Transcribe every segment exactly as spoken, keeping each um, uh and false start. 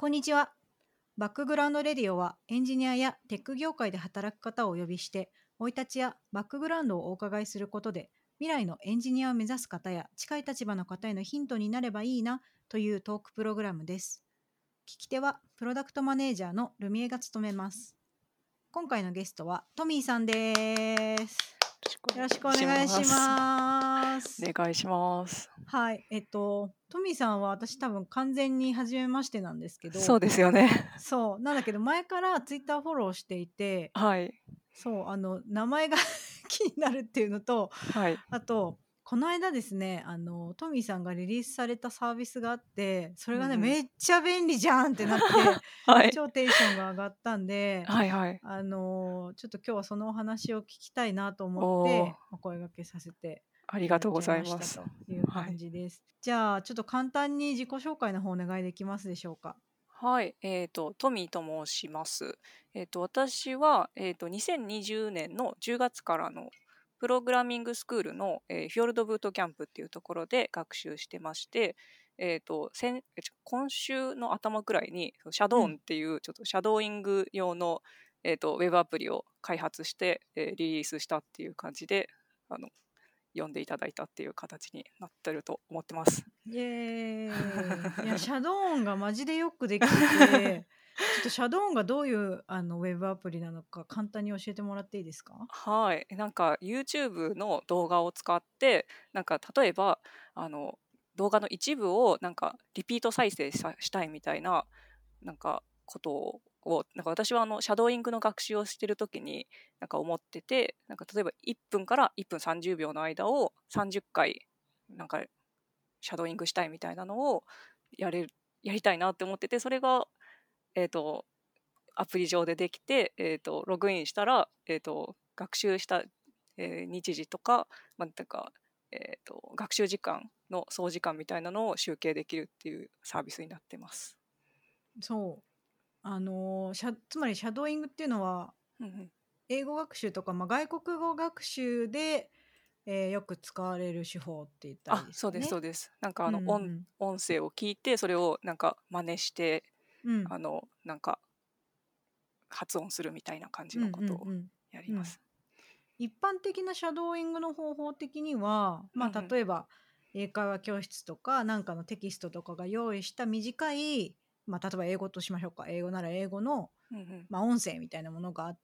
こんにちは。バックグラウンドレディオはエンジニアやテック業界で働く方をお呼びして、生い立ちやバックグラウンドをお伺いすることで、未来のエンジニアを目指す方や近い立場の方へのヒントになればいいなというトークプログラムです。聞き手はプロダクトマネージャーのルミエが務めます。今回のゲストはトミーさんです。よろしくお願いします。 お願いします。 はい、えっと、トミーさんは私多分完全に初めましてなんですけど、 そうですよね。 そう、なんだけど前からツイッターフォローしていて、 はい。 そう、あの、名前が気になるっていうのと、 はい。 あと、この間ですね、あの、トミーさんがリリースされたサービスがあって、それがね、 うんうん。 めっちゃ便利じゃんってなって、 はい。 超テンションが上がったんで、 はいはい。 あの、ちょっと今日はそのお話を聞きたいなと思おっお、 て、お声掛けさせてありがとうごもらっちゃいざいます。 ましたというはい。 感じです。じゃあ、ちょっと簡単に自己紹介の方お願いできますでしょうか。 はい、えっと、トミーと申します。えっと、私は、えっと、にせんにじゅうねんのじゅうがつからのプログラミングスクールの、えーフィヨルドブートキャンプっていうところで学習してまして、えっと、先えちょ今週の頭くらいに、シャドーンうん。 っていうちょっとシャドーイング用の、えっと、ウェブアプリを開発して、えーリリースしたっていう感じで、あの、読んでいただいたっていう形になってると思ってます。 イエーイ。いや、シャドーンがマジでよくできてて、ちょっとシャドーンがどういうあのウェブアプリなのか簡単に教えてもらっていいですか？ はい、なんか YouTube の動画を使ってなんか例えばあの動画の一部をなんかリピート再生さしたいみたいななんかことをなんか私はあのシャドーイングの学習をしてる時になんか思っててなんか例えばいっぷんからいっぷんさんじゅうびょうの間をさんじゅっかいなんかシャドーイングしたいみたいなのをやれるやりたいなって思っててそれがえっ、とアプリ上でできて、えー、とログインしたら、えー、と学習した、えー日時とか、まあ、なんか、えー、と学習時間の総時間みたいなのを集計できるっていうサービスになってます。 そう。あの、シャつまりシャドーイングっていうのは、 うんうん、 英語学習とか、まあ、外国語学習で、えーよく使われる手法って言ったらいいあ、そうですそですかね。 うです。なんかうんうあの音ん。 音声を聞いてそれをなんか真似してうん。 あのなんか発音するみたいな感じうんうのことをんうん。うん。 やります。 一般的なシャドーイングの方法的には、まあ、 うんうん例えば英会話教室とかなんかのテキストとかが用意した短い、まあ、例えば英語としましょうか。英語なら英語の、 うんうんまあ、音声みたいなものがあって、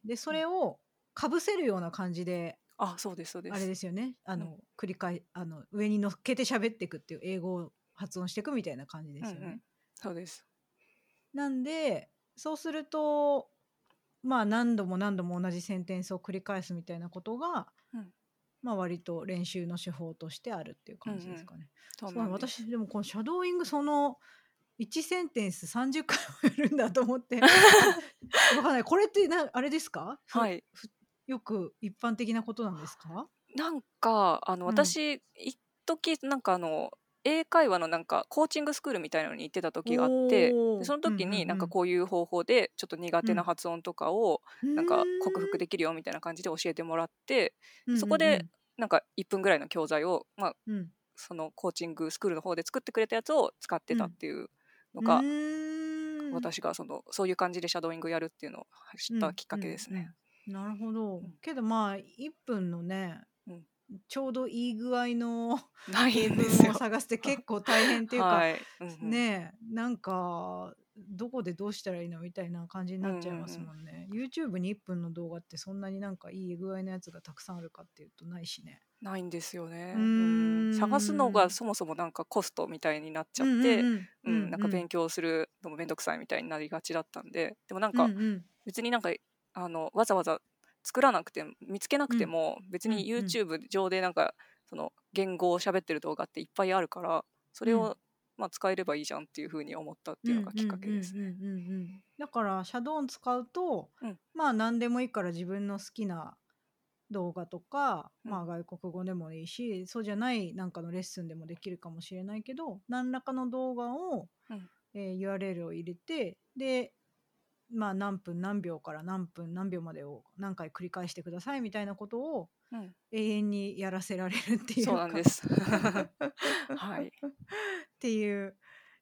でそうん、 れをかぶせるような感じで、 あ、そうですそうであれす。 ですよね、あうんの繰り返あの上に乗っけて喋っていくっていう英語を発音していくみたいな感じですよね。 うんうん、そうです。 なんでそうすると、まあ何度も何度も同じセンテンスを繰り返すみたいなことが、 うんまあ、割と練習の手法としてあるっていう感うんうん、 じですかね。 そうそう、 なんです。 私でもこのシャドーイングそのいちセンテンスさんじゅっかいもやるんだと思って、わかんない。これってなあれですか？ふはい。 ふよく一般的なことなんですか？ なんかあのうん。 私一時なんかあの英会話のなんかコーチングスクールみたいなのに行ってた時があって、でおお。 そのうんう時になんかんこういう方法でちょっと苦うん。 手な発音とかをうなんか克ん。 服できるよみたいな感じで教えてもらって、 うんうんそこでうんなんかいっぷんぐらいの教材を、まあ、 うん。 そのコーチングスクールの方で作ってくれたやつを使ってうん。 たっていうのうがーん。 私がそのそういう感じでシャドーイングやるっていうのを知ったきっうんうかけですね。 んうん。なるほど。 うんけどまあいっぷんのね、 うん、 ちょうどいい具合のない英んですよ。 文を探して結構大変っていうか、 はい。うんねえ、なんかどこでどうしたらいいのみたいな感じにうん。うんうんうなっちゃいますもん。 んね。YouTube にいっぷんの動画ってそんなになんかいい具合のやつがたくさんあるかっていうとないしね。 ないんですようーね。うん。探すのがん。 そもそもなんかコストみたいになっちうんうんゃって、 うん。 うん、なんうんうん。 か勉強するのもめんどくさいみたいになりがちだったんで、でもなんかうんうん。 別になんかあのわざわざ作らなくても見つけなくうん。 ても別にうんうん。 YouTube 上でなんかその言語を喋ってる動画っていっぱいあるからそうん。 れをまあ使えればいいじゃんっていうふうに思ったってうんういうのがきっかんうんうんけですね。 うんうん。だからシャドーン使うと、 うんまあ何でもいいから自分の好きな動画とか、 うんまあ外国語でもいいし、そうじゃないなんかのレッスンでもできるかもしれないけど、何らかの動画を、 うんえー ユーアールエル を入れて、で、まあ何分何秒から何分何秒までを何回繰り返してくださいみたいなことをうん、 永遠にやらせられるっていうかそうなんです。はい。 っていう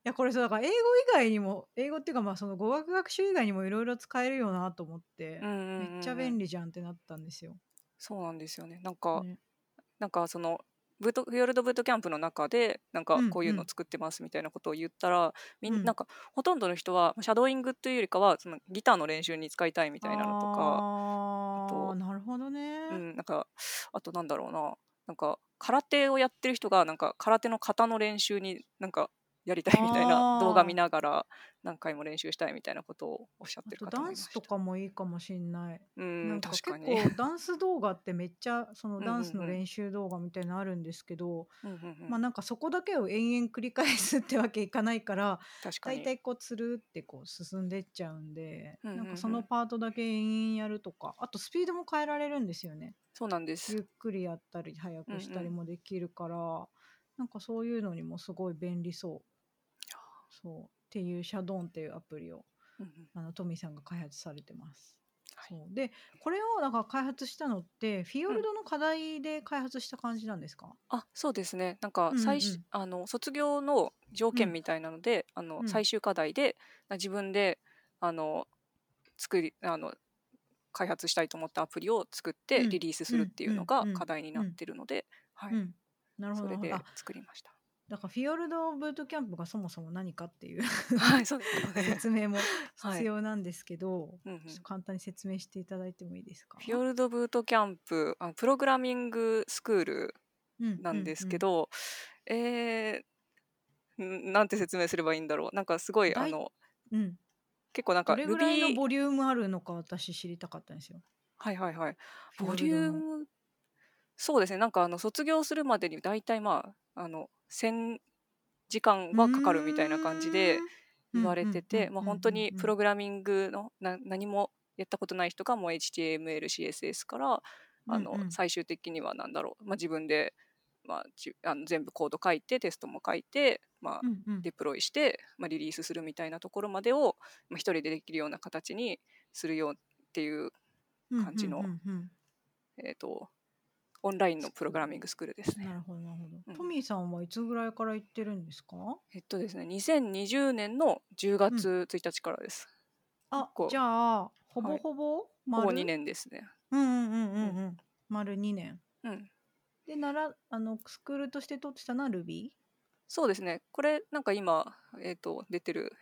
やこれそうだから英語以外にも英語っていうかまあその語学学習以外にもいろいろ使えるよなと思ってうんうんめっちゃうんうん。 便利じゃんってなったんですよ。 そうなんですよね。なんか、 ね。 なんかそのブートフィヨルドブートキャンプの中でなんかこういうのうんうん作ってますみたいなことを言ったら、みうん。 んなんかほとんどの人はシャドーイングというよりかはそのギターの練習に使いたいみたいなのとか、ああーと、 なるほどね。 うん、なんかあとなんだろうな、なんか空手をやってる人がなんか空手の型の練習になんかやりたいみたいな動画見ああながら何回も練習したいみたいなことをおっしゃっあてるとダンス方もいました。 とかもいいかもしんない。 うん、 なんか確かに。 結構ダンス動画ってめっちゃそのうんうんうダンスのん。 練習動画みたいなのあるんですけど、 うんうんうん。 まあなんかそこだけを延々繰り返すってわけいかないから、 確かに。 だいたいこうつるってこう進んでっちゃうんで、 うんうんうなんかそのん。 パートだけ延々やるとか、あとスピードも変えられるんですよね。 そうなんです。 ゆっくりやったり早くしたりうんうん。 もできるから、なんかそういうのにもすごい便利そう。そうっていうシャドーンっていうアプリをうんうん。 あのトミーさんが開発されてます。 はい。 そうでこれをなんか開発したのってフィヨうん。 ルドの課題で開発した感じなんですか？ あ、そうですね。なんかうんうんう最終んあの卒業の条うん件みたいなので、あのうん最終課題でな自分であの作りあの開発したいと思ったアプリを作ってリうんリースするっうんていうのがうんうん課題になっうんてるので、はい、 うんなるほどなるほど。あそれで作りました。 だからフィヨルドブートキャンプがそもそも何かっていうはい、そうですよね。 説明もはい。 必要なんですけど、 うんうん。 ちょっと簡単に説明していただいてもいいですか？ フィヨルドブートキャンプ、あ、プログラミングスクールうんなんでうんうんすけど、えー、んなんて説明すればいいんだろう。なんかすごいあだいのうん結構なんかどれぐらいの Ruby、 ボリュームあるのか私知りたかったんですよ。 はいはいはい。 フィヨボリルドの。 ューム、そうですね。なんかあの卒業するまでに大体まああのせんじかんうーはかかるみたいな感じでん。う言わんうんうれてて、まあ、 んうん本当にうんうん。 プログラミングのな何もやったことない人がもう エイチティーエムエル、シーエスエス からあのうんうん。 最終的には何だろう、まあ、自分で、まあ、じあの全部コード書いてテストも書いて、まあ、 うんうん。 デプロイして、まあ、リリースするみたいなところまでを、まあ、一人でできるような形にするよっていううん、ふんふ感じの、 んふん。 えー、とオンラインのプロスクール。 グラミングスクールですね。 なるほどなるほど。 うん、 トミーさんはいつぐらいから行ってるんですか？ えっとですね、にせんにじゅうねんの10 うん。 月ついたちからです。結あ、じ構、 ゃあ、ほぼはい、 ほぼほぼ丸？ にねんですね。 うんうんうんううん。 んうん。丸にねん。 うん。 で、ならあの、スクールとして取ってたのは Ruby？ そうですね。これ、なんか今、えっ、と、出てる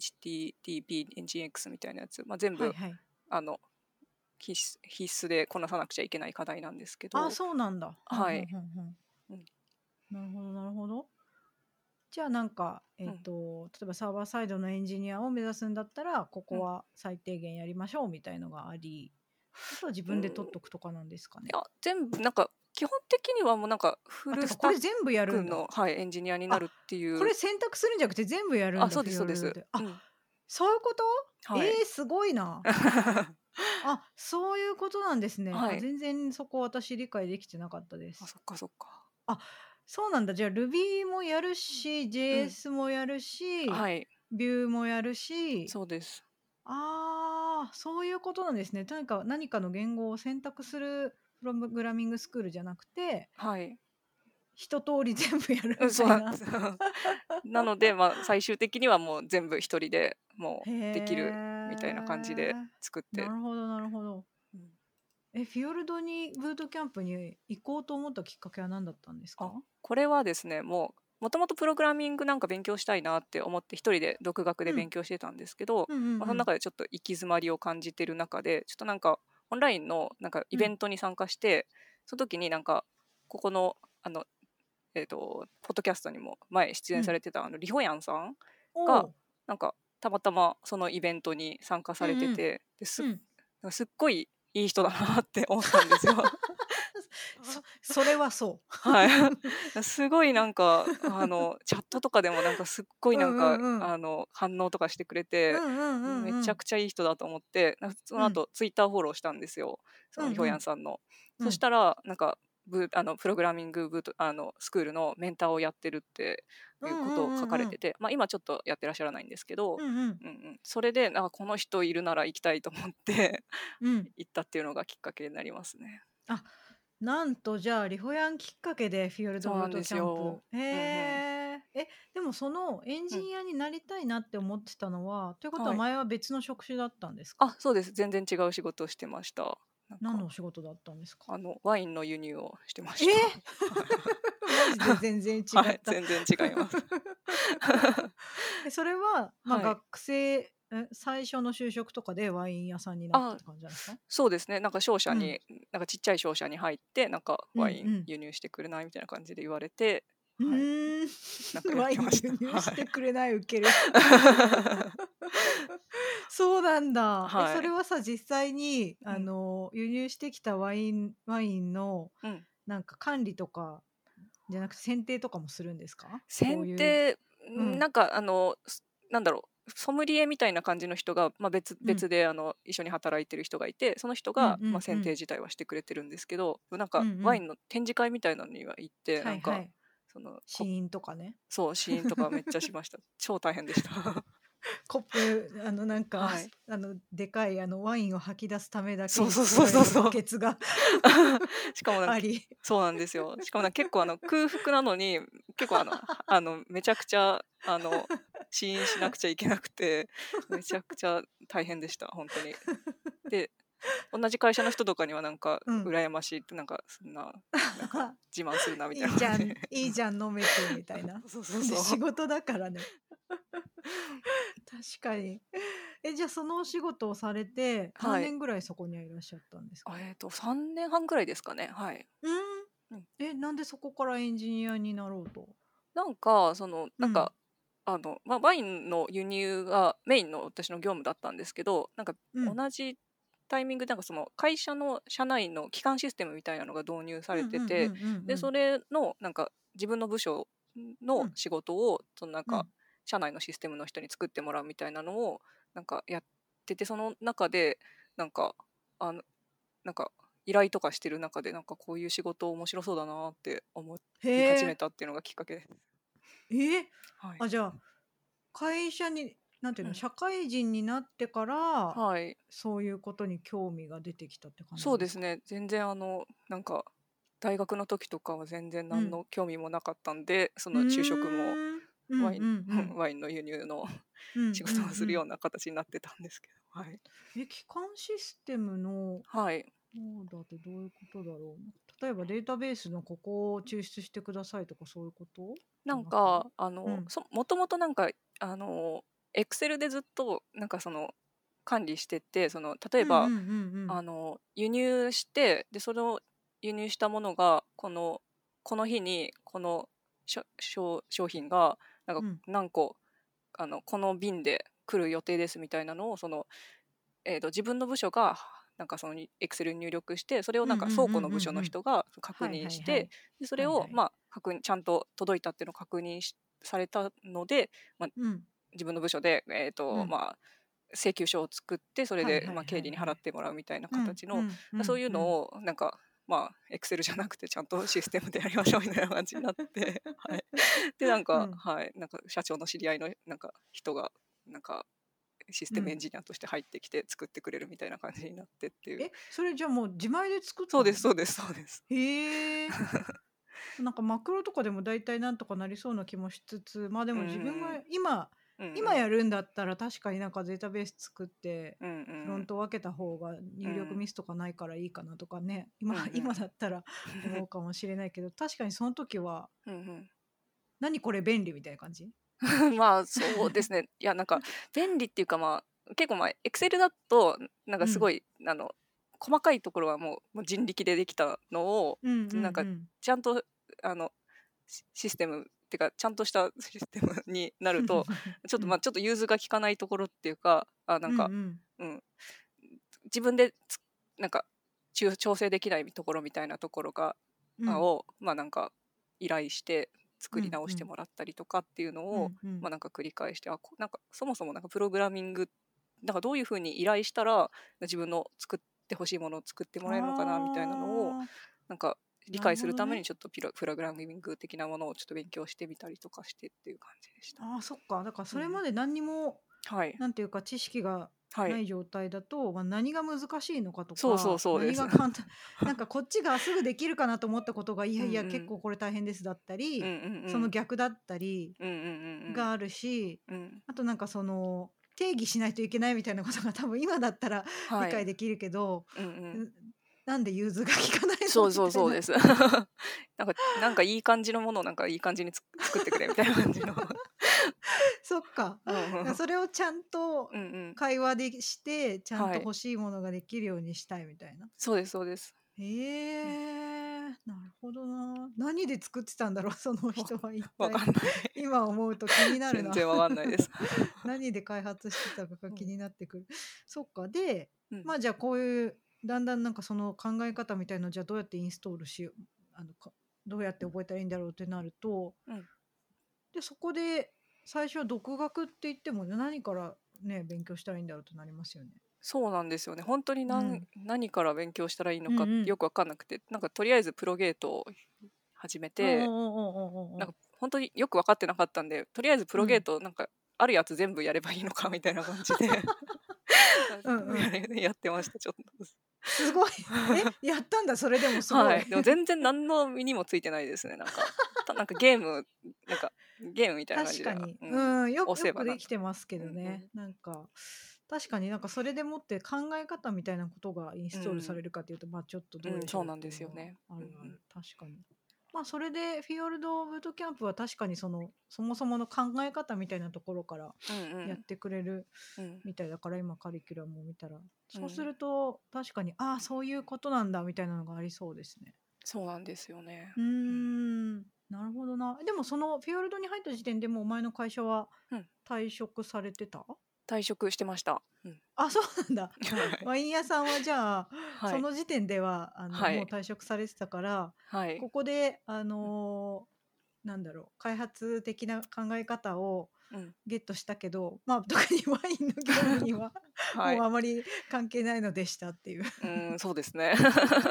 RubyHTTP エンジン X みたいなやつ、まあ、全部、 はいはい。 あの、必須必須でこなさなくちゃいけない課題なんですけあ、 ど、 そうなんだ。ふんはい。 ふんふんふん。 うん。 なるほどなるほど。じゃあなんか、えっうん。 と、例えばサーバーサイドのエンジニアを目指すんだったら、こうん。 こは最低限やりましょうみたいのがあり、あとは自うん、 分で取っとくとかなんですかね。 いや、全部、なんか、基本的にはもうなんか、フあ、てルスタッかこれ全部やるんだ。 クの、はい、エンジニアになあ、 るっていう、 これ選択するんじゃなくて全部やるんあ、 だ、 そうです、 フィそうです。 ヨルドで。あ、 うん。 そういうこと？えはい。 ー、すごいな。あ、そういうことなんですね。あ、 はい。 全然そこ私理解できてなかったであ、 す。 そっかそっか。 あ、そうなんだ。じゃあ Ruby もやるし、 うん。 ジェイエス もやるし、 はい。 Vue もやるし、 そうです。 ああ、そういうことなんですね。とにかく何かの言語を選択するプログラミングスクールじゃなくて、 はい。 一通り全部やるうん、 みたいな。 そうなんです。なので、まあ、最終的にはもう全部一人でもへうできるみたいな感じでえ。 作って、 なるほどなるほど。 うん。 え、フィヨルドにブートキャンプに行こうと思ったきっかけは何だったんですあ、 か？ これはですね、もう、もともとプログラミングなんか勉強したいなって思って一人で独学でうん。 勉強してたんですけど、 うんうんまあ、そのうん。 中でちょっと行き詰まりを感じてる中で、ちょっとなんかオンラインのなんかイうん。 ベントに参加して、その時になんか、ここの、あの、えっ、と、ポッドキャストにも前出うん。 演されてたあのリホヤンさんが、 おお。 なんかたまたまそのイベントに参加されてうんうん。 て、ですっ、 うん。 すっごいいい人だなって思ったんですよ。 そそれはそう。 はい。すごいなんか、あの、チャットとかでもなんかすっごいうんうなんか、 んうん。 あの、反応とかしてくれうて、 んうんうめんうん。 ちゃくちゃいい人だと思って、なそのうん。 後ツイッターフォローしたんですよ。そのひょやんうんうん。 さんの。 うん。 そしたら、なんか、ブあのプログラミングブートあのスクールのメンターをやってるっていううんうことを書んうんうん。 かれてて、まあ、今ちょっとやってらっしゃらないんですけど、 うんうん。 うんうん、それでなんかこの人いるなら行きたいと思ってうん。 行ったっていうのがきっかけになりますね。 あ、なんとじゃあリホヤンきっかけでフィヨルドそうなんでブートキすよ。 ャンプ。へうんうん。 え。 え、でもそのエンうん。 ジニアになりたいなって思ってたのは、ということははい。 前は別の職種だったんですか？ あ、そうです。全然違う仕事をしてました。なんか、 何のお仕事だったんですか？ あの、ワインの輸入をしてまえした。はい。 マジで全然違はい、 った。 全然違います。 え、それは、ま、 はい。 学生え、最初の就職とかでワイン屋さんになったっあ、 て感じなんですか？ そうですね。なんか商社うん。 に、なんかちっちゃい商社に入って、なんかワインうんうん。 輸入してくれないみたいな感じで言われて、 うはい、 ーなんかん。 やっワインてました。 輸入しはい。 てくれない、ウケる。そうなんだ。え、 はい。 それはさ、実際にあうん。 の、輸入してきたワインワインのうん。 なんか管理とかじゃなくて、選定とかもするんですか？こういう選定、 うん。 なんかあの、すなんだろう、ソムリエみたいな感じの人が、ま、別うん。 別であの、一緒に働いてる人がいて、その人うんが、ま、 うんうん。 選定自体はしてくれてるんですけど、なんかうんうん。 ワインの展示会みたいなのには行って、なんか、 はいはい。 その、こ試飲とかね。 そう、試飲とかめっちゃしました。超大変でした。 コップ、あの、なんか、 はい。 あの、でかい、あの、ワインを吐き出すためだけにそうそう作られたそうそうそう。 バケツがしかもなんかあり。 そうなんですよ。しかもなんか結構あの、空腹なのに、結構あの、はあの、めちゃくちゃあの、試飲しなくちゃいけなくて、めちゃくちゃ大変でした、ほんとに。で、同じ会社の人とかにはなんかうん。 羨ましいって、なんかそんな、なんか自慢するなみたいいいな感じで。 じゃんいいじゃん飲めてみたいな。 そうそうで、 そう。 仕事だからね。確かに。え、じゃあそのお仕事をされて、何はい。 年ぐらいそこにはいらっしゃったんですか？ あ、えっとさんねんはんぐらいですかね、はい。 うーん。 うん。 え、なんでそこからエンジニアになろうと？ なんか、その、 うん。 なんか、あの、ま、ワインの輸入がメインの私の業務だったんですけど、なんかうん。 同じタイミングでなんかその会社の社内の基幹システムみたいなのが導入さうんうんうんうんれてて、で、そうん。 れのなんか自分の部署のうん。 仕事を、そのなんかうん。 社内のシステムの人に作ってもらうみたいなのをなんかやってて、その中でなんか、あの、なんか依頼とかしてる中で、なんかこういう仕事面白そうだなって思へい始めえ。 たっていうのがきっかけです。 え！ はい。 あ、じゃあ、会社になんていうの、 うん。 社会人になってから、 はい。 そういうことに興味が出てきたって感じですか？ そうですね。全然あの、なんか、大学の時とかは全然うん。 何の興味もなかったんで、そうの就職もーん。うんワインうんうん。 ワインの輸入のうんうん仕事をするうん。 ような形になってたんですけど、はい。 え、基幹システムのはい。 そうだってどういうことだろう。例えばデータベースのここを抽出してくださいとかそういうことなじゃなく？ んか、あの、 うん。 そもともとなんか、あの、エクセルでずっとなんかその管理してて、その例えば、 うんうんうんうん。 あの、輸入して、で、その輸入したものが、このこの日にこのしょしょ商品がなんかうん。 何個あのこの便で来る予定ですみたいなのをその、えーと自分の部署がなんかそのエクセルに入力して、それをうんなんうんうんうか倉庫の部署んうん。 の人が確はい認して、 はいはい。 でそれはいはい。 をまあ確認ちゃんと届いたっていうのを確認しされたので、まあ、 うん。 自分の部署で、えーうん。 とまあ、請求書を作ってそれで、 はいはいまあ、経理にはいはい。 払ってもらうみたいなうん形の、 うんうんうん。 そういうのをなんかまあエクセルじゃなくてちゃんとシステムでやりましょうみたいな感じになって、はい、でなんか、 うん。 はい、なんか社長の知り合いのなんか人がなんかシステムエンうん。 ジニアとして入ってきて作ってくれるみたいな感じになってっていう。 え、それじゃあもう自前で作っそうたの？ ですそうですそうです。 へえ。なんかマクロとかでも大体なんとかなりそうな気もしつつ、まあ、でうんうも自分がん今うんうんうん今やるんだったら確かになんかデータベース作って、 うんうフロンんト分けた方が入力うんミスとかないからいいかなとかね、今うんう今んだったら思うかもしれないけど、確かにその時はうんうん 「何これ便利」みたいな感じ？ まあそうですね。いやなんか便利っていうかまあ結構まあエクセルだとなんかうん。 すごいあの細かいところはもうもう人力でできたのをうんうんなんかうん。 ちゃんとあのシシステムっていうかちゃんとしたシステムになるとちょっうん。 とまあちょっと融通が利かないところっていうかあなんうんうか、 ん。 うん、自分でつなんか調調整できないところみたいなところがうん。 あをまあなんか依頼して作り直してうんうん。 もらったりとかっていうのうをんうん。 まあなんか繰り返して、あこなんかそもそもなんかプログラミングなんかどういうふうに依頼したら自分の作ってほしいものを作ってもらえるのかなみたいなのをああ、 なんか理なる解するためにほどね。 ちょっとピロプログラミング的なものをちょっと勉強してみたりとかしてっていう感じでした。 ああ、そっか。だからうん、 それまで何にも、 はい。 なんていうか知識がはないい状態だと、まあ、何が難しいのかとそうそうかそうです。 何が簡単なんかこっちがすぐできるかなと思ったことがいやいやうんうん結構これ大変ですだったり、 うんうんうそのん逆だったりうんうんうんがあるし、 うんうんあとなんかその定義しないといけないみたいなことが多分今だったら理はい解できるけど、 うんうんんなんで融通が利かないのそうみたいな。 そうそうですなんかなんかいい感じのものをなんかいい感じにつ作ってくれみたいな感じのそっか。 うんうんだからそれをちゃんとうんうん会話でしてちゃんとはい欲しいものができるようにしたいみたいな。 そうですそうです。 へうんえ、なるほどな。何で作ってたんだろう、そのわ人は一体。 わかんない今思うと気になるな。 全然わかんないです何で開発してたかがうん気になってくる。そっか。で、 うんまあじゃあこういうだんだんなんかその考え方みたいのじゃあどうやってインストールしよう、あのかどうやって覚えたらいいんだろうってなると、 うんでそこで最初は独学って言っても何からね勉強したらいいんだろうとなりますよね。 そうなんですよね。本当に何うん。 何から勉強したらいいのうんうん。 かよくわかんなくて、なんかとりあえずプロゲートを始めおうおうて、 おうおうおうおう。 なんか本当によく分かってなかったんで、とりあえずプロゲーうん。 トなんかあるやつ全部やればいいのかみたいな感じでうんうん。 ややってました、ちょっと。 すごい。え、やったんだ、それでもすごい。 はい。でも全然何の身にもついてないですね。なんか、たなんかゲーム、なんかゲームみたいな感じで、 確かに。 うん、 うん、よくよくで押せばなんか、 きてますけうんどね。なんか、確かになんかそれでもって考え方みたいなことがインうん、 ストールされるかっていうと、まあちょっとうん、うん、 どうでしょうっそうなんていうのはですよね。うんうん、 あるある。確かに。まあそれでフィヨルドブートキャンプは確かにそのそもそもの考え方みたいなところからうんうん、 やってくれるうんみたいだから今カリキュラムを見たらそうすうん、 ると確かにああそういうことなんだみたいなのがありそうですね。 そうなんですよね。 うーうん、 ん、なるほどな。でもそのフィヨルドに入った時点でもうお前の会社はうん、 退職されてた？ 退職してました。うん、 あ、そうなんだ。 はい、 ワイン屋さんはじゃあ、 はい、 その時点ではあのはい、 もう退職されてたから、 はい、 ここであの、なんだろう、開発的な考え方をうん、 ゲットしたけど、まあ、特にワインの業務にははい、 もうあまり関係ないのでしたっていう。 うん、そうですね。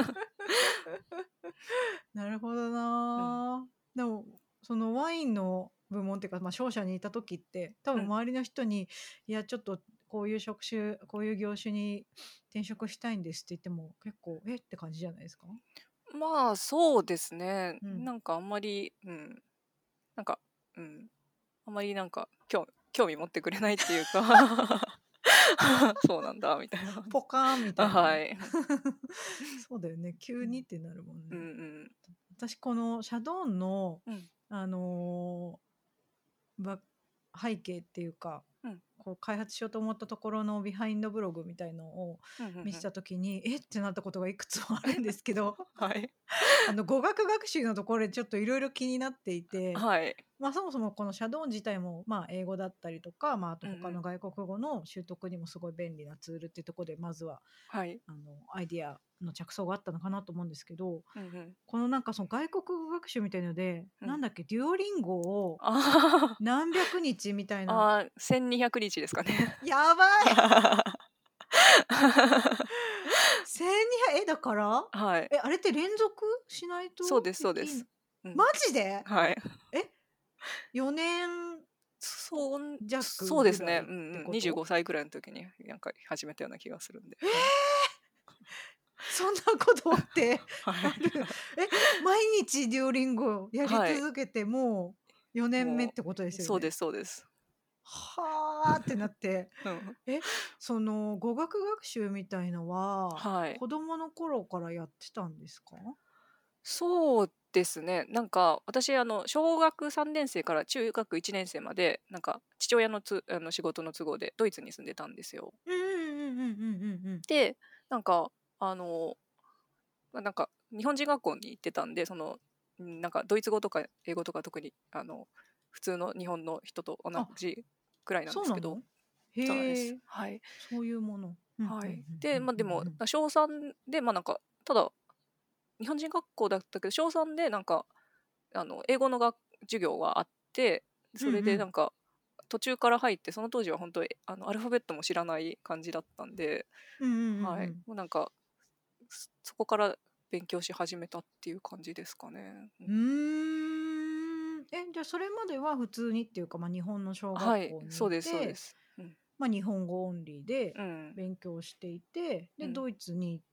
なるほどうん、 な。でも、そのワインの部門っていうか、まあ、商社にいた時って、多うん、 分周りの人に、いや、ちょっとこういう職種、こういう業種に転職したいんですって言っても、結構、えって感じじゃないですか？ まあ、そうですね。 うん。 なんかあんまり、うん、なんか、うん、あんまりなんか興興味持ってくれないっていうかそうなんだみたいな感じ。 ポカーンみあ、 たいなね。 はい。 そうだよね。急にってなるもんうんうね。 ん私、このシャドーンの、 うんあのーば背景っていうか、 うんこう開発しようと思ったところのビハインドブログみたいのをうんうんうんうん見てた時に、えってなったことがいくつもあるんですけど、 はい。 あの語学学習のところでちょっといろいろ気になっていて、 はい。 まあ、そもそもこのシャドーン自体も、まあ、英語だったりとか、まあ、あとうんうん他の外国語の習得にもすごい便利なツールっていうところでまずははい。 あのアイディアの着想があったのかなと思うんですけど、 うんうんこのなんかその外国語学習みたいので、 うんなんだっけデュオリンゴをあ何百日みたいあな、 あせんにひゃくにちですかね。 やばいせんにひゃくえだからはい。 えあれって連続しないとそうですそうでいいの？ す。うん。 マジではい。 えよねんそん弱そうですね。 ぐらいっうんうん。25 てこと？ 歳ぐらいの時になんか始めたような気がするんで。 えー、 はい。 そんなことってはい。 あるえ毎日デュオリンゴやりはい。 続けてもうよねんめっもてことでう、 すよね。 そうですそうです。 はあってなってうん。 えその語学学習みたいのははい。 子供の頃からやってたんですか？ そうですね。なんか私あの小学さんねん生から中学いちねん生までなんか父親のつあの仕事の都合でドイツに住んでたんですよ。 うんうんうんうんうんうんうんで、なんかあのまあなんか日本人学校に行ってたんで、そのんなんかドイツ語とか英語とか特にあの普通の日本の人と同あじくらいなんですけど、 そうなの？ そうなんです。 へえ、 はい。 そういうもの。うんうんうんはい。で、まあでもうんうんうん。 小さんでまあなんかただ日本人学校だったけど小さんでなんかあの英語の学授業があってそれうんうん。 でなんか途中から入ってその当時は本当にあのアルファベットも知らない感じだったんで、 うんうんうんはい、 うん。 もうなんかそそこから勉強し始めたっていう感じですかね。ううんーん。え、じゃあそれまでは普通にっていうか、まあ、日本の小学はい、 校にそうですそうでいて、 す。うん、 まあ、日本語オンリーでうん勉強していて、でうんドイツに行って、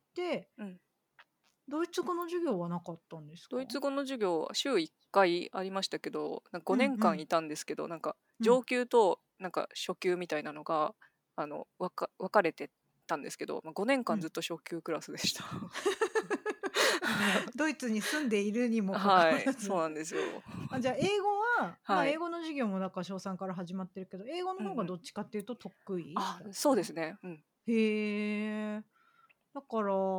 うんドイツ語の授業はなかったんですか？ ドイツ語の授業は週いっかいありましたけど、なんか5 うんうん年間いたんですけど、なんかうん上級となんか初級みたいなのがあの分か分かれてたんですけど、まあ、ごねんかんずっうん。 と初級クラスでした。 ドイツに住んでいるにもかかはい、 わらず。 そうなんですよ。 あ、じゃあ英語は、まあはい。 英語の授業もだから小さんから始まってるけど、英語のうんうん。 方がどっちかっていうと得意あ、 だった？ そうですね。うん。 へえ。だから、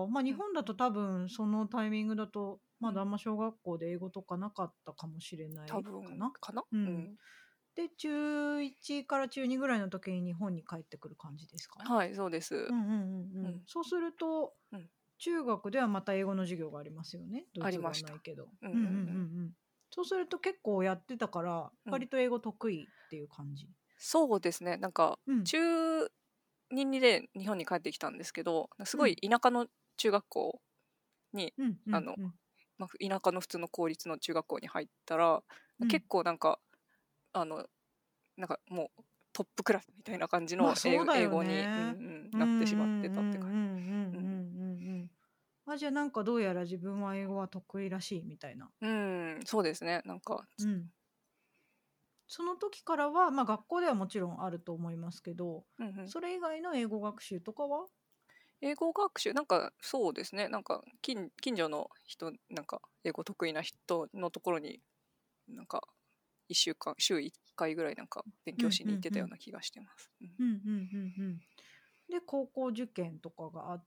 まあ日うん本だと多分そのタイミングだと、 うん。 まだあんま小学校で英語とかなかったかもしれな多いかな。 分かな。 うん。 うん。 で、中いちから中にぐらいの時に日本に帰ってくる感じですか？ はい、そうです。 うんうんうんうん。 うんそうすると、 うん。 中学ではまた英語の授業がありますよね。ドイツ語ありました。 はないけど。 うんううんうんうんうんん。そうすると結構やってたから、 うん。うん。 割と英語得意っていう感じ。 そうですね。なんかうん。 中にで日本に帰ってきたんですけど、すごいうん。 田舎の中学校に、 うんうあの、 んうん。 まあ、田舎の普通の公立の中学校に入ったら、 うん。 結構なんかあのなんかもうトップクラスみたいな感じまあの英語英そうだよ語に、うんうね。 ん、 うんうんなってしまってたって感じ。 うんうんうんうんうんうんうん。あ、じゃあなんかどうやら自分は英語は得意らしいみたいな。 うん、そうですね。なんか、 うん。その時からは、まあ学校ではもちろんあると思いますけど、 うんうん、 それ以外の英語学習とかは？ 英語学習、なんかそうですね。なんか近近所の人、なんか英語得意な人のところに、なんかいっしゅうかん、週いっかいぐらいなんか勉うん強しに行ってうんうん。 たような気がしてます。うん、 うんうんうんうん。で、高校受験とかがあって、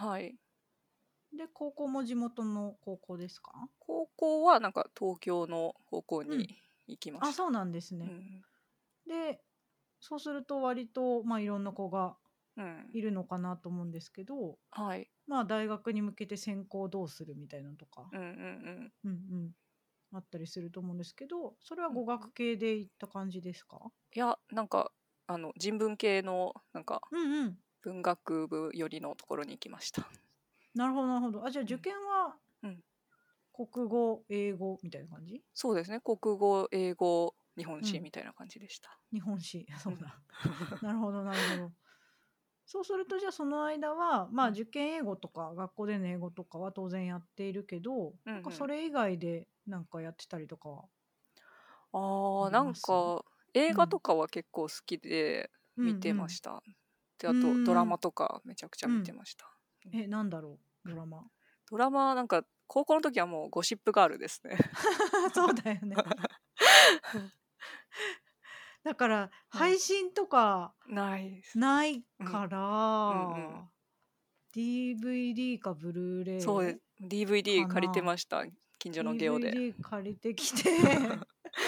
はい。 で、高校も地元の高校ですか？ 高校はなんか東京の高校うん。 に行きまあ、 した。 そうなんですね。 うん、 で、そうすると割と、まあ、いろんな子がうん、 いるのかなと思うんですけど、 はい。 まあ、大学に向けて専攻どうするみたいなのとか、 うんうんうん。 うんうん、あったりすると思うんですけど、それはうん語学系でいった感じですか？ いや、なんか、あの、人文系の、なんか、 うんうん。 文学部寄りのところに行きました。 なるほど、なるほど。あ、じゃあ受うん。 験はうん。 国語、英語みたいな感じ？ そうですね。国語、英語、日本うん。 史みたいな感じでした。 日本史。 うん。 そうだ。なるほど、なるほど。そうすると、じゃあその間は、まあ、 うん。 受験英語とか学校での英語とかは当然やっているけど、 うんうなんかそん。 れ以外でなんかやってたりとかはあああ、なんります？ か、映うん。 画とかは結構好きでうん見てました。で、 うあと、ドラん。うーん。 マとかめちゃくちゃうん。 見てました。うん、 え、なんだろう、ドラマ。 ドラマ、なんか、高校の時はもうゴシップガールですね。 そうだよね。だからはい。 配信とかないです。 ないうん。 かうんうん。 ら、ディーブイディー かブルーそうです。 レイディーブイディー 借りてかな。 ました。近所のゲオで。 ディーブイディー 借りてきて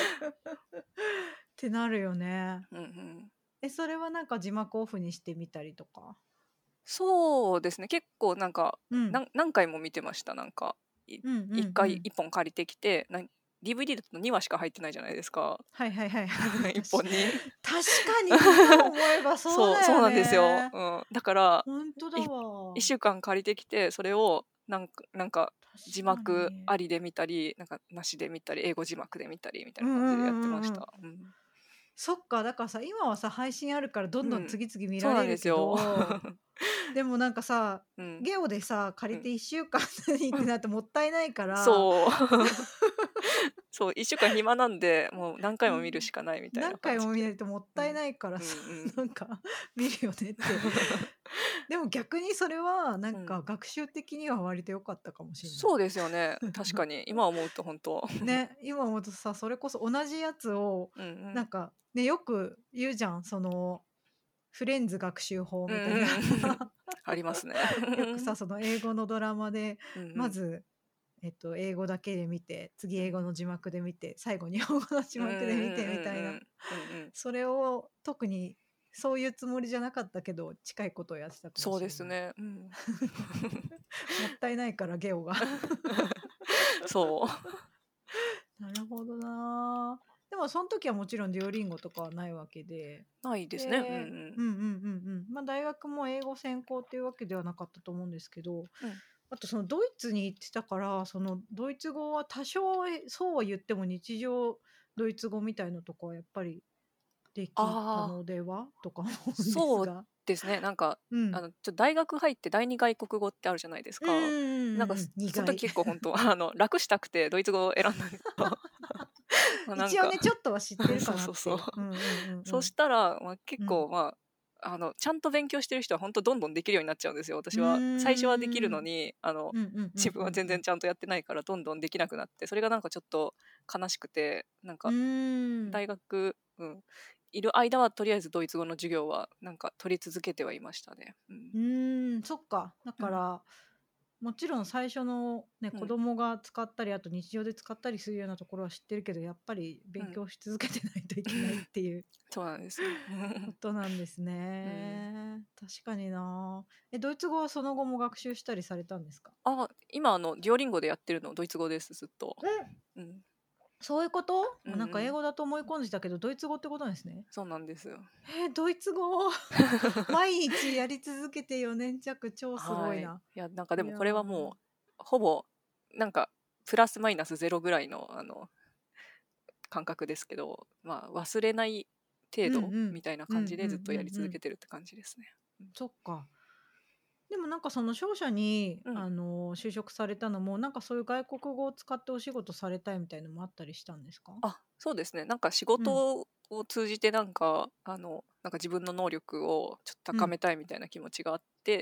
ってなるよね。 うんうん。 え、それはなんか字幕オフにしてみたりとか？ そうですね。結構なんか、 うん。 なん何回も見てました。なんか、いうんうん一うん。 回一本借りてきて、なん ディーブイディー だとにわしか入ってないじゃないですか。 はいはいはい。 一たし本に。 確かに今思えばそうそう、 だよそうなんですよ。 ね。 うん。だから、 ほんとだい一わ。 週間借りてきて、それをなんかなんか字確かに。 幕ありで見たり、なんかなしで見たり、英語字幕で見たりみたいうんうんうな感じでやってまんうんうん。 した。うん。 そっか、だからさ、今はさ、配信あるからどんどんうん。 次々見そうなんられるけですよ。 ど、でもなんかさ、 うん。 ゲオでさ、借うん。 りていっしゅうかんにってなってもったいないから、 そう。そう、いっしゅうかん暇なんで、もう何回も見るうん、 しかないみたいな何回も見な感じで。 いともったいうん。 ないからうんうさ、 ん。 なんか見るよねって。でも逆にそれはなんうん。 か学習的には割と良かったかもしんない。 そうですよね。確かに。今思うと本当。 ね、今思うとさ、それこそ同じやつを、 うんうん。 なんか、ね、よく言うじゃん、その、フレンズ学習法うんみたいな。 うん。ありますね。 よくさ、その英語のドラマで、 うんうん。 まず、えっと、英語だけで見て、次うん。 英語の字幕で見て、最後日本語の字うんうん幕で見てみたいな。 うんうん。うんうん。 それを特にそういうつもりじゃなかったけど、近いことをやってたかもそうしれない。 ですね。うん。 もったいないからゲオが。 そう。 なるほどな。でもその時はもちろんデュオリンゴとかはないわけで、 ないですね。うんうで、 ん。 うんうんうんうん。まあ大学も英語専攻っていうわけではなかったと思うんですけど、 うん。 あとそのドイツに行ってたから、そのドイツ語は多少そうは言っても日常ドイツ語みたいのとかはやっぱりできたああ、 のではとか思うんですそうが。 ですね。なんか、 うんあの、ちょっと大学入って第二外国語ってあるじゃないですうんうんか。なんか、 うんうんうんそその苦い。 時結構本当あの、楽したくてドイツ語を選んだんですよ。まあなんか一応ねちょっとは知ってるかそうそうそう。 なっていう。うんうんうんうそん。 したら、まあ、結うん構まあ、あの、ちゃんと勉強してる人は本当どんどんできるようになっちゃうんですよ。 う私は最初はできるーんのに、あの、 うんうんう自分は全んうん然ちゃんとやってないからどんどんできなくなって、それがなんかちょっと悲しくて、なんうん。 かうーん大学、うん、いる間はとりあえずドイツ語の授業はなんか取り続けてはいましたね。うん。 うーん、そっか。だうん。 から、もちろん最初のね、 うん。 子供が使ったり、あと日常で使ったりするようなところは知ってるけど、やっぱり勉うん。 強し続けてないといけないっていうそうなんですよ。 ことなんですうん。 ね。確かにな。え、ドイツ語はその後も学習したりされたんですか？ あ、今あの、デュオリンゴでやってるのドイツ語です、ずっと。 うん、 うん。 そういうこと？あ、なんか英うんうん。 語だと思い込んでたけど、ドイツ語ってことですね。 そうなんですよ。 えー、ドイツ語毎日やり続けてよねん弱、超すごはい。 いな。 いや、なんかでいやもこれはもー、 う、ほぼ、なんか、プラスマイナスゼロぐらいの、あの、感覚ですけど、まあ、忘れない程うんう度みん。 たいなうんうん感じでずっとやりうんうん。 続けてるって感じですね。 そっか。でもなんかその商社に、 うん。うん。 あの、就職されたのも、なんかそういう外国語を使ってお仕事されたいみたいのもあったりしたんですか？ あ、そうですね。なんか仕うん。 事を通じてなんか、あの、なんか自分の能力をちょっとうん。 高めたいみたいな気持ちがあって、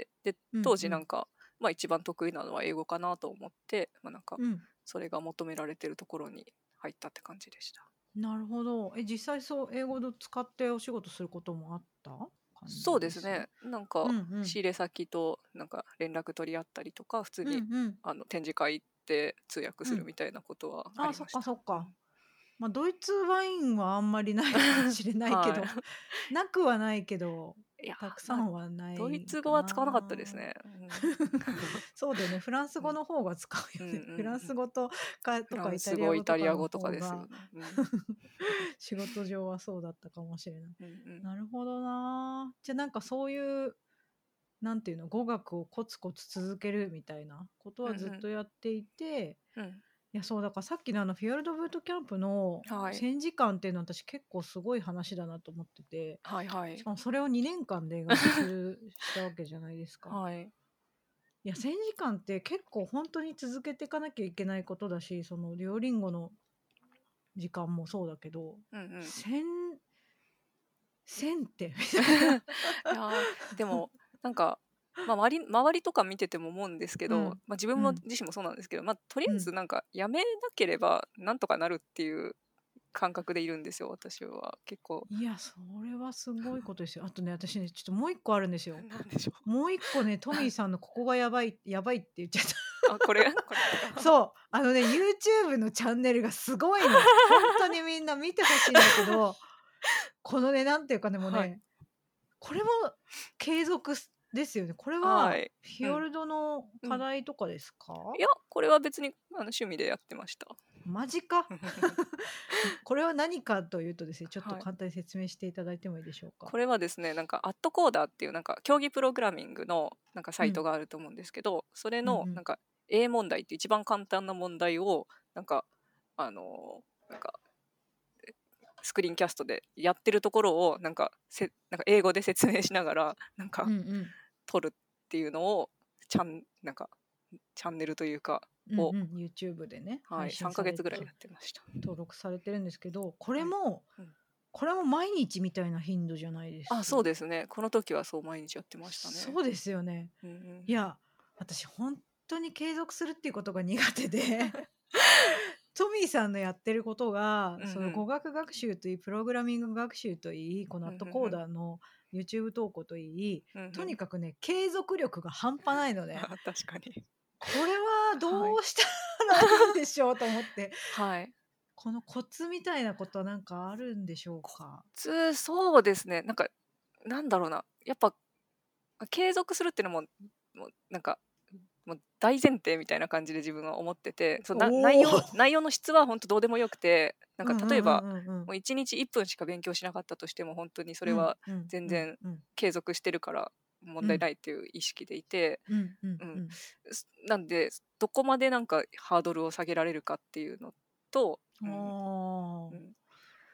で、当うんうん。 時なんか、まあ一番得意なのは英語かなと思って、まあなんか、 うん。 それが求められてるところに入ったって感じでした。 なるほど。え、実際そう英語を使ってお仕事することもあった感そうじです？ ですね。なんかうんうん。 仕入れ先となんか連絡取り合ったりとか、普通うんにうん。 あの展示会行って通訳うん。 するみたいなことはああ、そっりました。 かそっか。 うん。 ま、ドイツワインはあんまりないかもしれないけはど、なくはないけど、 い。いや、 たくさまあ、 んはなドイいかツ語は使わなかったですな。 ね。うん。 そうだよね、フランスうん。 語の方が使うようんうね。フランん。 ス語とかフとかイタランス語、イリア語とかのタリア語とか方がですよね。うん。 仕事上はそうだったかもしれない。 うんうん。 なるほどな。じゃ、なんかそういう、なんていうの、語学をコツコツ続けるみたいなことはずっとうんうん。 やっていて、 うん。 いや、そうだからさっきのあのフィヨルドブートキャンプのはい。 戦時間っていうのは私結構すごい話だなと思ってて、 はいはい。 しかもそれをにねんかんで学習したわけじゃないですか。 はい。 いや、戦時間って結構本当に続けていかなきゃいけないことだし、そのデュオリンゴの時間もそうだけど、 うんうん。 せんせんってみたいな。 いやー、でも、なんか、まあ、周り周りとか見てても思うんですけど、 うん、 まあ、自分もうん、 自身もそうなんですけど、まあ、とりあうん。 えずなんかやめなければなんとかなるっていう感覚でいるんですよ、私は。結構。 いや、それはすごいことですよ。あとね、私ね、ちょっともう一個あるんですよ。 なんでしょう。 もう一個ね、トミーさんのここがやばいやばいって言っちゃった。 あ、これこれですか？ そう、あのね、YouTube のチャンネルがすごいの。本当にみんな見てほしいんだけど、このね、なんていうかね、もうはい。 ね、これも継続すですよね。これははい。うん。 フィヨルドのうん。 課題とかですか？ いや、これは別にあの趣味でやってました。 マジか。これは何かというとですね、ちょっとはい。 簡単に説明していただいてもいいでしょうか？ これはですね、なんかアットコーダーっていうなんか競技プログラミングのなんかサイトうん。 があると思うんですけど、それうんうん。 のなんか A 問題っていう一番簡単な問題をなんかあのなんかスクリーンキャストでやってるところをなんかせなんか英語で説明しながらなんかうんうん。 撮るっていうのをチャンなんかチャンネルというかを、 うんうん、YouTube でね、 はい、3 配信さヶ月ぐらいれてやってました。 登録されてるんですけど、これはい。 もうん、 これも毎日みたいな頻度じゃないであ、 す？ そうですね。この時はそう毎日やってましたね。 そうですよね。 うんうん。 いや、私本当に継続するっていうことが苦手で、トミーさんのやってることが、 うんうん。 その語学学習といい、プログラミング学習といい、このうんうんうアットコーん。 ダーの YouTube 投稿といい、 うんうん。 とにかくね、継続力が半端ないのね。 あ、確かに。 これははい。 どうしたらいいんでしょうと思って、 はい。 このコツみたいなことはなんかあるんでしょうコか？ ツ、そうですね。なんか、なんだろうな。やっぱ、継続するっていうのも、もうなんか、もう大前提みたいな感じで自分は思ってて、そうな内おお。 容内容の質は本当どうでもよくて、なんかうんうんうん例えば、 うんうん。 もういちにちいっぷんしか勉強しなかったとしても、本当にそれうんはうんうん全然うん。 継続してるから問題うんないっていう意識でいて、 うんうんうん。 うん。 すなんで、どこまでなんかハードルを下げられるかっていうのと、 あうん、うあ。 ん。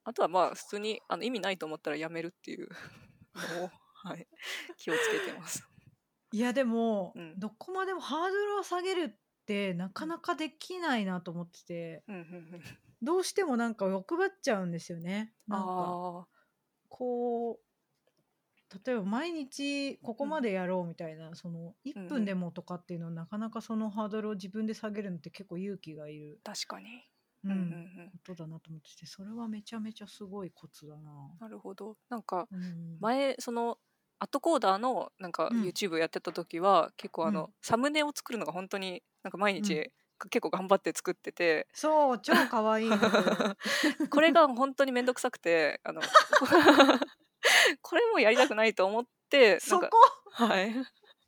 あとはまあ普通にあの意味ないと思ったらやめるっていうのを、はい、気をつけてます。 いやでも、 うん。 どこまでもハードルを下げるってなうん。 かなかできないなと思ってて、 うん、ふんふん。 どうしてもなんか欲張っちゃうんですよね。なんか、 ああ。 こう、例えば毎日ここうん。 までやろうみたいな、その1 うんうん。 分でもとかっていうのはなかなかそのハードルを自分で下げるのって結構勇気がいる、 確かに。うんうんううん、 ん。 ことだなと思ってて、それはめちゃめちゃすごいコツだな。 なるほど。なんかうん。 前そのアットコーダーのなんかうん。 YouTube やってた時は結構あうん。 のサムネを作るのが本当になんか毎うん。 日結構頑張って作ってて、 そう、超可愛い服。 これが本当にめんどくさくて、あのここれもやりたくないと思ってなんか、 そこ。 はい。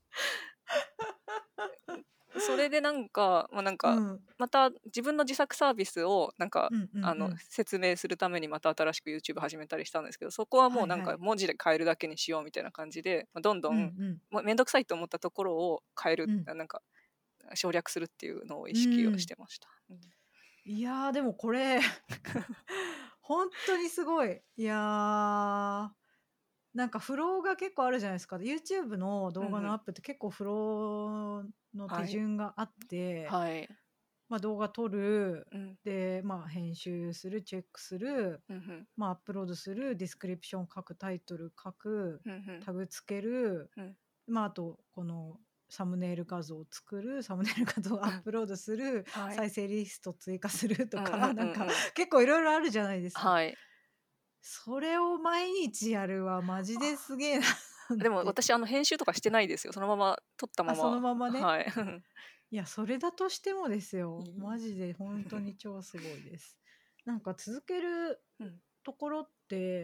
それでなんか、まあ、なんか、 うん。 また自分の自作サービスをなんか、 うんうんあの、 うん。 説明するためにまた新しく YouTube 始めたりしたんですけど、そこはもうなんはいはい。 か文字で変えるだけにしようみたいな感じで、ま、どんどうんうん、 ん。 ま、めんどくさいと思ったところを変える、 うん。 あ、なんか省略するっていうのを意う識をしん。 てました。うん。 いや、でもこれほんとにすごい。いや、なんかフローが結構あるじゃないですか。YouTube の動画のアうんうん。 ップって結構フローの手はい。 順があって、 はい。 ま、動画撮る、 うん。 で、まあ、編集する、チェックする、 うんふん。 まあ、アップロードする、ディスクリプション書く、タイトル書く、 ふんふん。 タグつける、 うん。 まあ、あとこのサムネイル画像を作る、サムネイル画像をアップロードする、 はい。 再生リスト追加するとか、 うんうんなんかうんうん。 結構いろいろあるじゃないですか。 はい。 それを毎日やるはマジですげえなっでもて。 私あの編集とかしてないですよ。そのまま撮ったあ、そのまま、 ままね。 はい。 いや、それだとしてもですよ、 いい。 マジでほんとに超すごいです。なんか続けるうん。 ところって、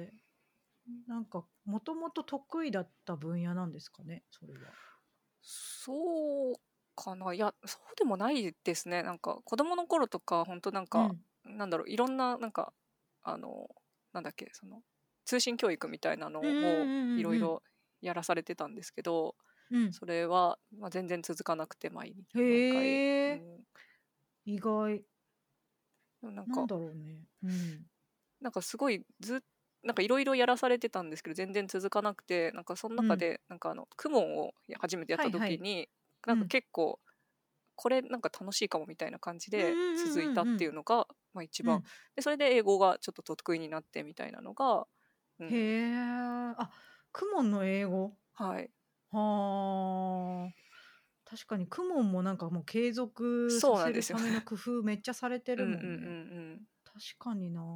なんかもともと得意だった分野なんですかね？それは。 そうかな。いや、そうでもないですね。なんか子供の頃とか、本当なんか、 うん。 なんだろう、いろんななんか、あの、なんだっけ、その、通信教育みたいなのうんうんをいうんうんうん。 ろいろやらされてたんですけど、 うん。 それは、まあ、全然続かなくて、毎日毎回。 へえ、 うん。 意外。 でもなんかなんだろうね。うん。 なんかすごいずっなんかいろいろやらされてたんですけど全然続かなくて、なんかそのうん。 中でなんかあのクモンを初めてやったはいはい。 時になんかうん。 結構これなんか楽しいかもみたいな感じうんうで続いたっんうんうんうん。 ていうのが、まあ、一番うん。 で、それで英語がちょっと得意になってみたいなのが、うん、 へえ。あ、クモンの英語。 はい、 はあ。確かにクモンもなんかもう継続さそうなんですよ。 せるための工夫めっちゃされてるうんうんうんうもんね。 ん。 確かにな。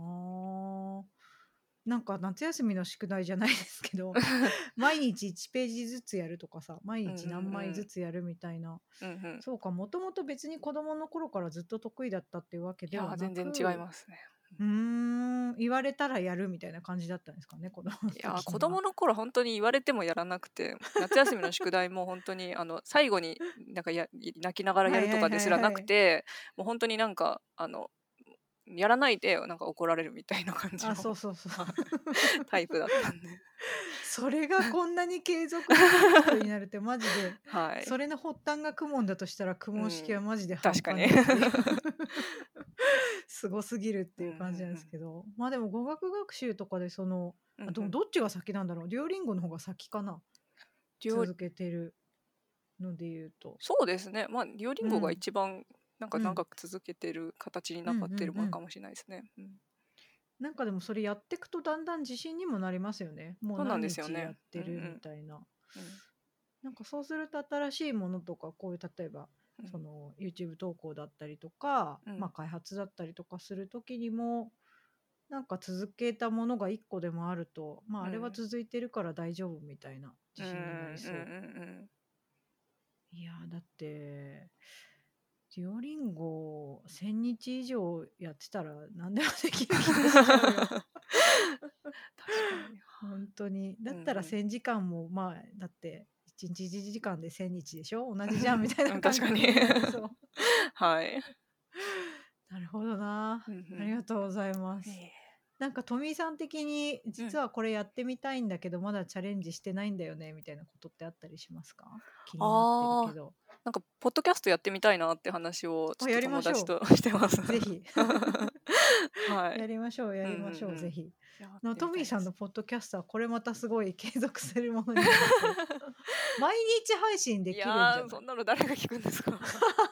なんか夏休みの宿題じゃないですけど、毎日いちページずつやるとかさ、毎うんうん日何枚ずうんつやるみたいな。 うんうん。 そうか、もともと別に子供の頃からずっと得意だったっていうわけいやーではな全然違いく、 ますね。 うーん、言われたらやるみたいな感じだったんですかね、子供のいやー、 時には。 子供の頃本当に言われてもやらなくて、夏休みの宿題も本当にあの最後になんかや泣きながらやるとはいはいかですらなはいはい。 くて、もう本当になんかあのやらないでなんか怒られるみたいな感じあ、 のそうそうそう。 はいタイプだったんで。 それがこんなに継続できることになるってマジで、 はい。 それの発端がクモンだとしたら、クモン式はうん。 マジで半確かに。 端ねえっていう。すごすぎるってうんういう感じなんんうん。 ですけど、まあ、でも語学学習とかでその、あ、でもうんうん。 どっちが先なんだろう。デュオリンゴの方が先かな、 デュオ続けてるので言うと。 そうですね。まあ、デュオリンゴがうん、 一番なんかうん、 長く続けてる形にうんうんなってるうん。 ものかもしれないですね。うん。 なんかでもそれやってくとだんだん自信にもなりますよね。もうそうなん何ですよね。 日やってるみうんうん。 たいな。 うん。 なんかそうすると新しいものとか、こういう例えば、 うん。 その YouTube 投稿だったりとか、まあ、 うん。 開発だったりとかする時にも、なんか続けたものがいっこでもあると、まあ、あれはうん。 続いてるから大丈夫みたいなうん自信になりうんうんうそん。 う。いやー、だって、デュオリンゴせんにち以上やってたら何でもできる気がしちゃうよ。 確かに。 本当に。だったらうんうん。 せんじかんも、まあ、だっていちにちいちじかんでせんにちでしょ、同じじゃんみたいなうん、確かに。 感覚になりそう。 はい。 なるほどな。 うんうありがん。 とうございます。 いえ。 なんかトミーさん的にうん。 実はこれやってみたいんだけどまだチャレンジしてないんだよねみたいなことってあったりしますか？気になってるああ、 けど。 なんかポッドキャストやってみたいなって話をちょあ、 っとやりましょ友達う。 としてます。 ぜひ。 はい。 やりましょう、やうんうんりましょう、 うん。 ぜひ。 やっのトミーてみたいです。 さんのポッドキャストはこれまたすごい継続するものになりそう。毎日配信でいきるんじやー、 ゃない？ そんなの誰が聞くんですか。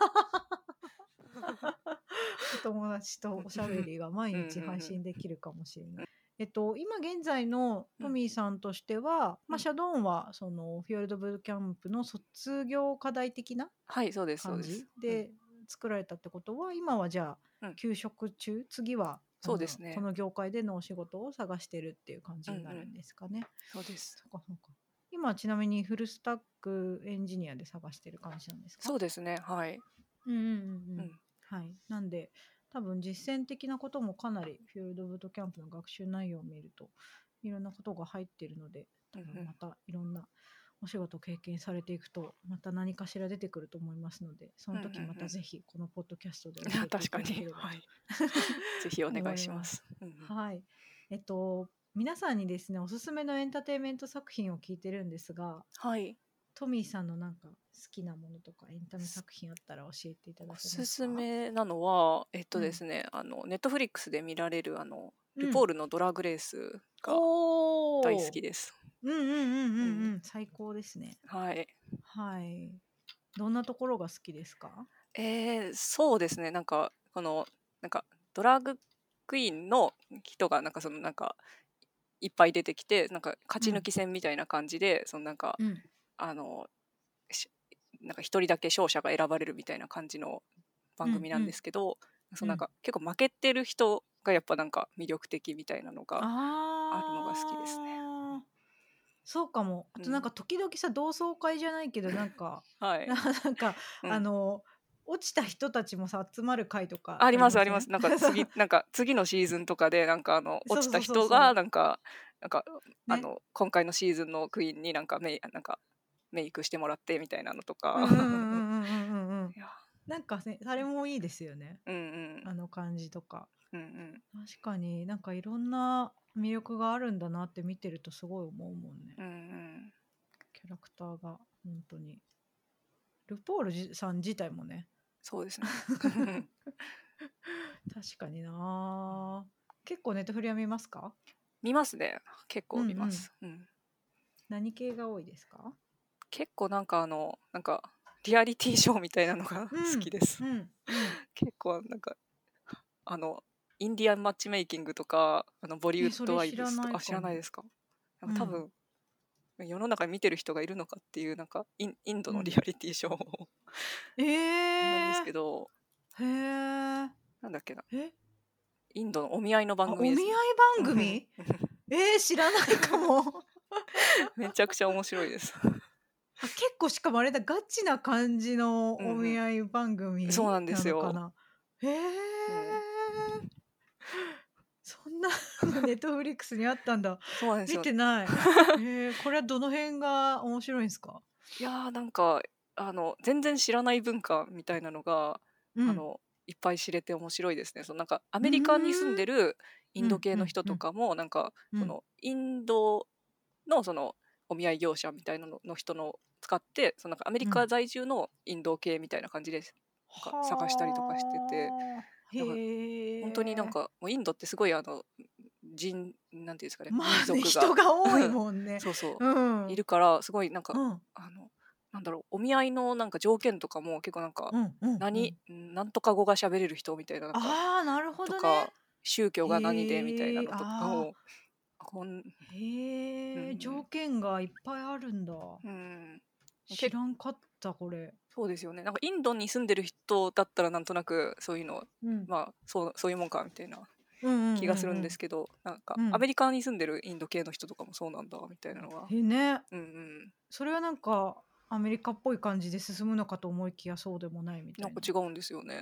お友達とおしゃべりが毎うんうん日配うん。 信できるかもしれない。えっと、今現在のうんトミーさんとしては、まあ、 うん。 シャドーンはそのフィヨルドブートキャンプの卒業課題的なはい、そうです、そう感です。 じうん。 で作られたってことは、今はじゃあうん。 休職中、次はあそうですね。 のこの業界でのお仕事を探してるっていう感うんうん。 じになるんですかね。 そうです。 そっかそっか。今ちなみにフルスタックエンジニアで探してる感じなんですか？ そうですね。はい。 うんうんうんう。 うんん。 はい。なんで、多分実践的なこともかなりフィールドブートキャンプの学習内容を見ると、いろんなことが入っているので、多うんうん。 分またいろんなお仕事を経験されていくと、また何かしら出てくると思いますので、そうんうんの時またうん。 ぜひこのポッドキャストで教えてい確かに。 ただければとはい。ぜひお願い思います。 します。うんうん。 はい。えっと、皆さんにですね、おすすめのエンターテインメント作品を聞いてるんですが、 はい。 トミーさんのなんか好きなものとかエンタメ作品あったら教えていたおだけすすますか？ めなのは、えっとうん。 ですね、あの、ネットフリックスで見られる、あの、ルポーうん。 ルのドラッグレースが大好おお。 きです。 うんうんうんうんうん。 うん。最高ですね。 はい。 はい。どんなところが好きですか？ えー、そうですね。なんか、この、なんか、ドラッグクイーンの人が、なんか、その、なんか、いっぱい出てきて、なんか、勝ち抜うん。 き戦みたいな感じで、その、なんか、 うん。 あの、しなんか、一人だけ勝者が選ばれるみたいな感じの番組なんでうんうんすけど、その、なんうん。 か、結構負けてる人がやっぱなんか魅力的みたいなのがあるのが好きですね。 ああ。そうかも。あうん。 となんか時々さ、同窓会じゃないけど、なんか、 はい。 ななんか、 うん。 あの、落ちた人たちもさ、集まる会とかありありません？ ますあります。なんか次、なんか次のシーズンとかで、なんかあの、落ちたそうそうそう人が、 そう。 なんか、なんか、あね。 の、今回のシーズンのクイーンになんかメイ、なんか、メイクしてもらってみたいなのとか。 うんうんうんうんうんうんうんうん。 いや、 なんかね、あれもいいですよね。 うんうん。 あの感じとか。 うんうん。 確かになんかいろんな魅力があるんだなって見てるとすごい思うもんね。 うんうん。 キャラクターが本当に。ルポールじさん自体もね。 そうですね。 確かにな。結構ネットフリは見ますか？ 見ますね。結うんうん。 構見ます。うん。 何系が多いですか？ 結構なんかあの、なんか、リアリティショーみたいなのがう好んきです。 うんうん。 結構なんか、あの、インディアンマッチメイキングとか、あのボリウえ、 ッドワイそれ知らブスとか、知ないかも。 らないですか？なんうん。 か多分、世の中に見てる人がいるのかっていう、なんかイン、インドのリうん。 アリティショーえなんですえけど、 ー。へえ。 なんだっけな。 え、 インドのお見合いの番あ、お見合い組ですね。 番組？えー、知らないかも。 めちゃくちゃ面白いです。 あ、結構しかもあれだ、ガチな感じのうんお見合い番うん。 組そうなんでなすよ。 のかな。へえ。 うん。 そんなのネットフリックスにあったんだ。見そうなんですよ。 てない。へえ、これはどの辺が面白いんすか？ いやーなんか、あの、全然知らない文化みたいなのが、 うん。 あの、いっぱい知れて面白いですね。そのなんか、アうーメリカに住んん。 でるインドうん系の人うんうんとかも、なんか、 うん。 その、インドのその、お見合い業者みたいなのの人の使って、そのなんかアメリうん。 カ在住のインド系みたいな感じです。なんか探したりとかしてて、 はあ。 だから本当になんへえ。 か、もうインドってすごいあの、人、なんていうんですかね、 ま民あね、 族が、 人が多いもんね。 そうそう、 うん。 いるから、すごいなんか、 うん。 あの、なんだろう、お見合いのなんか条件とかも結構なんか、 うんうんう何、 ん。 なんとか語が喋れる人みたいな、なんか、 ああ、なるほどね。 とか、宗教が何でみたいなへえ、 のとかああ。 を、こん、うへえ、条ん、 件がいっぱいあるんだ。 うん、 知結らんかった、これ。 そうですよね。なんかインドに住んでる人だったらなんとなくそういうの、 うん。 まあそう、そういうもんかみたいなうんうん気がするんうんうん。 ですけど、なんかうん。 アメリカに住んでるインド系の人とかもそうなんだみたいなのが、 へ、ね。 うんうん。 それはなんか、アメリカっぽい感じで進むのかと思いきやそうでもないみたいな。 なんか違うんですよね。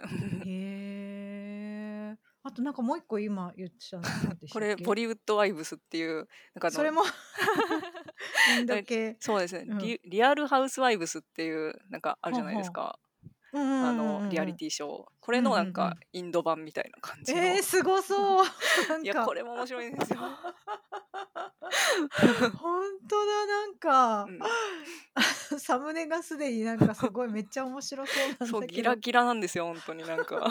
へえ。あとなんかもう一個今言ってたの何でしこれボたっけ？ リウッドワイブスっていう、なんかあの、 それもインドえ系。 そうですね、 うん。 リ、リアルハウスワイブスっていうなんかあるじゃないですはあはあ。 か。 うんうんうんあのリアリうんうん。 ティショー。これうんうんうのなんかん。 インド版みたいな感じの。 えー、すごそう。ないや、 んかこれも面白いんですよ。 ほんとだ、なんか、 うん。 サムネがすでになんかすごいめっちゃ面白そうなんそう、 だけど。 ギラギラなんですよ、本当になんか。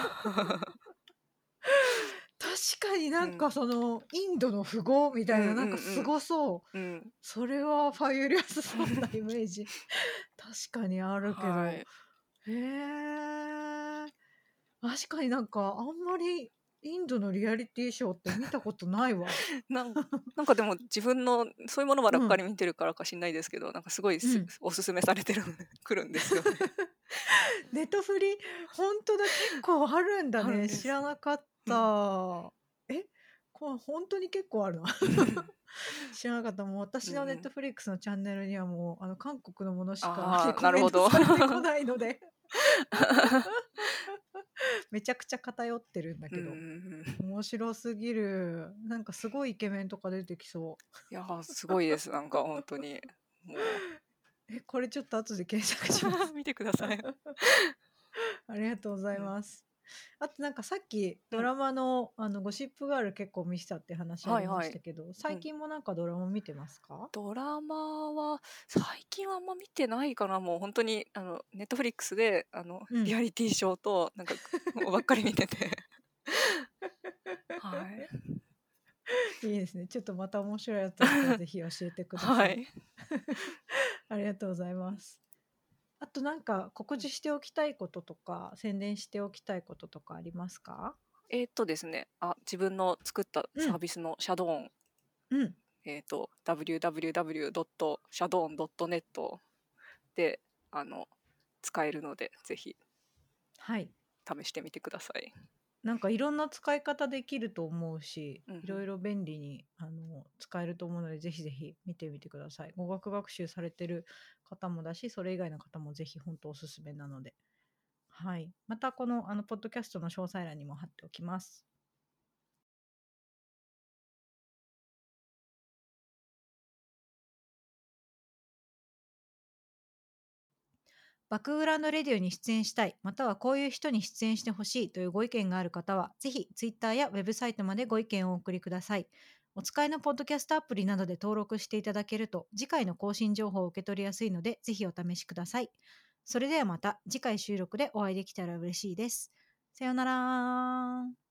確かになんうん。 かそのインドの富豪みたいな、 うんうなんかすんごそう。 うん。うん。 それはファビュラスそうなイメージ確かにあるけど。 はい。 へえ。確かになんかあんまりインドのリアリティショーって見たことないわ。 なんなんかでも自分のそういうものばっうん。 かり見てるからか知んないですけど、なんかすごいすうん。 おすすめされてるくるんですよね。 ネットフリ、ほんとだ、結構あるんだね。知あるんです。 らなかっうん。 た。え、これほんとに結構あるな。知らなかった。もう私のうんうん。 ネットフリックスのチャンネルにはもう、あの、韓国のものしかレああ、 コメントなるほど。 されてこないので。めちゃくちゃ偏ってるんだうんうんうけど。 ん。 面白すぎる。なんかすごいイケメンとか出てきそう。 いや、すごいです。なんかほんとに。もう。 え、これちょっと後で検索します。 見てください。 ありがとうございうん。 ます。あとなんかさっきうん。 ドラマのあのゴシップガール結構見てたって話ありまはいはい。 したけど、 うん。 最近もなんかドラマ見てますか？ ドラマは最近はあんま見てないかな。もうほんとにあのネットフリックスであのうん。 リアリティショーとなんかばっかり見てて。はい。 いいですね。ちょっとまた面白いやつあったらぜひ教えてください。 はい。 ありがとうございうん。 ます。あとなんか告うん。 知しておきたいこととか、宣伝しておきたいこととかありますか？ えっとですね、あ、自分の作ったうん。 サービスのシャドーン、 うん。 えっと ダブリューダブリューダブリュードットシャドーンドットネット であの使えるので、ぜひはい。 試してみてください。 なんかいろんな使い方できると思うし、 うんうん。 いろいろ便利にあの使えると思うので、ぜひぜひ見てみてください。語学学習されてる方もだし、それ以外の方もぜひ本当おすすめなので。はい。またこのあのポッドキャストの詳細欄にも貼っておきます。バックグラウンドレディオに出演したい、またはこういう人に出演してほしいというご意見がある方は、ぜひツイッターやウェブサイトまでご意見をお送りください。お使いのポッドキャストアプリなどで登録していただけると、次回の更新情報を受け取りやすいので、ぜひお試しください。それではまた次回収録でお会いできたら嬉しいです。さようなら。